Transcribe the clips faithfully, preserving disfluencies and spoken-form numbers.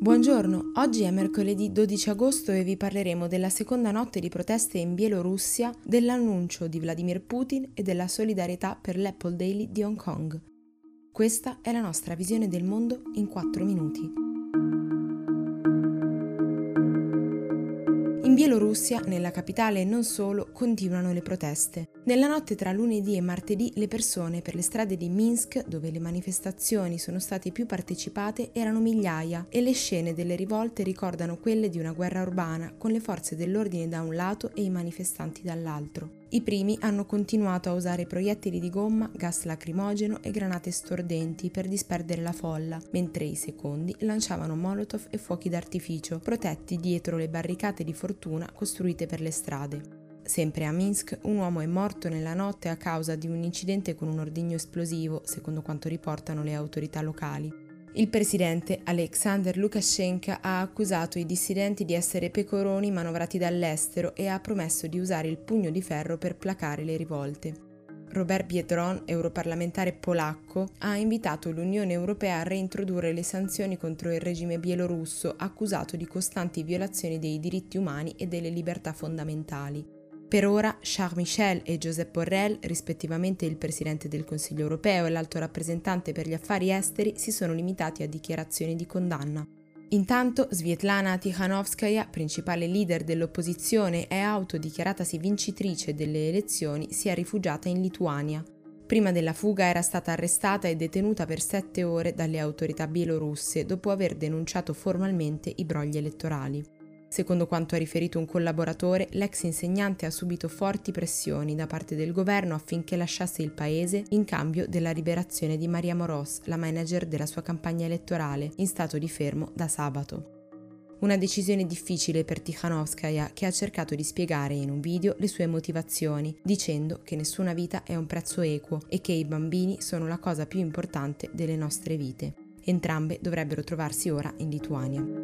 Buongiorno, oggi è mercoledì dodici agosto e vi parleremo della seconda notte di proteste in Bielorussia, dell'annuncio di Vladimir Putin e della solidarietà per l'Apple Daily di Hong Kong. Questa è la nostra visione del mondo in quattro minuti. In Bielorussia, nella capitale e non solo, continuano le proteste. Nella notte tra lunedì e martedì le persone per le strade di Minsk, dove le manifestazioni sono state più partecipate, erano migliaia e le scene delle rivolte ricordano quelle di una guerra urbana, con le forze dell'ordine da un lato e i manifestanti dall'altro. I primi hanno continuato a usare proiettili di gomma, gas lacrimogeno e granate stordenti per disperdere la folla, mentre i secondi lanciavano molotov e fuochi d'artificio, protetti dietro le barricate di fortuna costruite per le strade. Sempre a Minsk, un uomo è morto nella notte a causa di un incidente con un ordigno esplosivo, secondo quanto riportano le autorità locali. Il presidente Alexander Lukashenko ha accusato i dissidenti di essere pecoroni manovrati dall'estero e ha promesso di usare il pugno di ferro per placare le rivolte. Robert Biedroń, europarlamentare polacco, ha invitato l'Unione Europea a reintrodurre le sanzioni contro il regime bielorusso, accusato di costanti violazioni dei diritti umani e delle libertà fondamentali. Per ora Charles Michel e Josep Borrell, rispettivamente il Presidente del Consiglio europeo e l'Alto rappresentante per gli affari esteri, si sono limitati a dichiarazioni di condanna. Intanto Svetlana Tikhanovskaya, principale leader dell'opposizione e autodichiaratasi vincitrice delle elezioni, si è rifugiata in Lituania. Prima della fuga era stata arrestata e detenuta per sette ore dalle autorità bielorusse dopo aver denunciato formalmente i brogli elettorali. Secondo quanto ha riferito un collaboratore, l'ex insegnante ha subito forti pressioni da parte del governo affinché lasciasse il paese in cambio della liberazione di Maria Moros, la manager della sua campagna elettorale, in stato di fermo da sabato. Una decisione difficile per Tikhanovskaya, che ha cercato di spiegare in un video le sue motivazioni, dicendo che nessuna vita è un prezzo equo e che i bambini sono la cosa più importante delle nostre vite. Entrambe dovrebbero trovarsi ora in Lituania.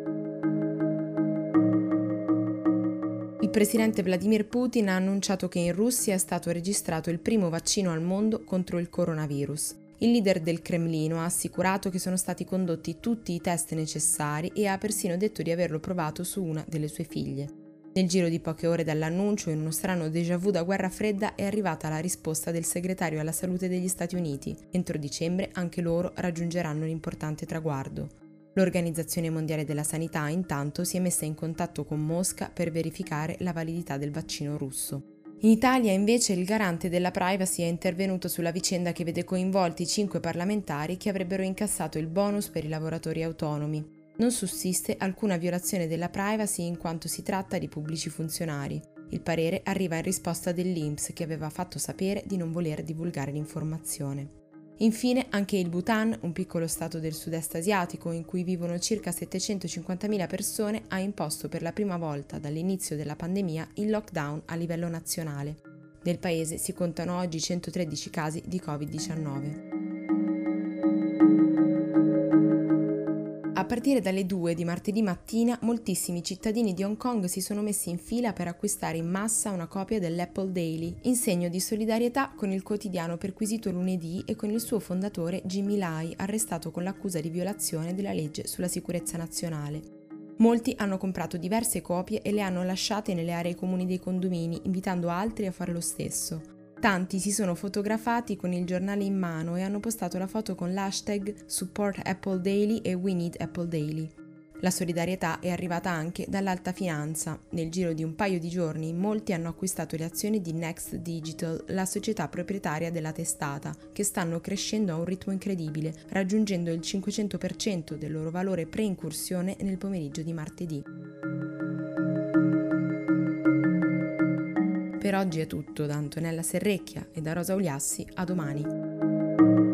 Il presidente Vladimir Putin ha annunciato che in Russia è stato registrato il primo vaccino al mondo contro il coronavirus. Il leader del Cremlino ha assicurato che sono stati condotti tutti i test necessari e ha persino detto di averlo provato su una delle sue figlie. Nel giro di poche ore dall'annuncio, in uno strano déjà vu da guerra fredda, è arrivata la risposta del segretario alla salute degli Stati Uniti. Entro dicembre anche loro raggiungeranno l'importante traguardo. L'Organizzazione Mondiale della Sanità, intanto, si è messa in contatto con Mosca per verificare la validità del vaccino russo. In Italia, invece, il garante della privacy è intervenuto sulla vicenda che vede coinvolti cinque parlamentari che avrebbero incassato il bonus per i lavoratori autonomi. Non sussiste alcuna violazione della privacy in quanto si tratta di pubblici funzionari. Il parere arriva in risposta dell'I N P S, che aveva fatto sapere di non voler divulgare l'informazione. Infine, anche il Bhutan, un piccolo stato del sud-est asiatico in cui vivono circa settecentocinquantamila persone, ha imposto per la prima volta dall'inizio della pandemia il lockdown a livello nazionale. Nel paese si contano oggi centotredici casi di covid diciannove. A partire dalle due di martedì mattina, moltissimi cittadini di Hong Kong si sono messi in fila per acquistare in massa una copia dell'Apple Daily, in segno di solidarietà con il quotidiano perquisito lunedì e con il suo fondatore Jimmy Lai, arrestato con l'accusa di violazione della legge sulla sicurezza nazionale. Molti hanno comprato diverse copie e le hanno lasciate nelle aree comuni dei condomini, invitando altri a fare lo stesso. Tanti si sono fotografati con il giornale in mano e hanno postato la foto con l'hashtag Support Apple Daily e We Need Apple Daily. La solidarietà è arrivata anche dall'alta finanza. Nel giro di un paio di giorni molti hanno acquistato le azioni di Next Digital, la società proprietaria della testata, che stanno crescendo a un ritmo incredibile, raggiungendo il cinquecento per cento del loro valore pre-incursione nel pomeriggio di martedì. Per oggi è tutto, da Antonella Serrecchia e da Rosa Uliassi, a domani.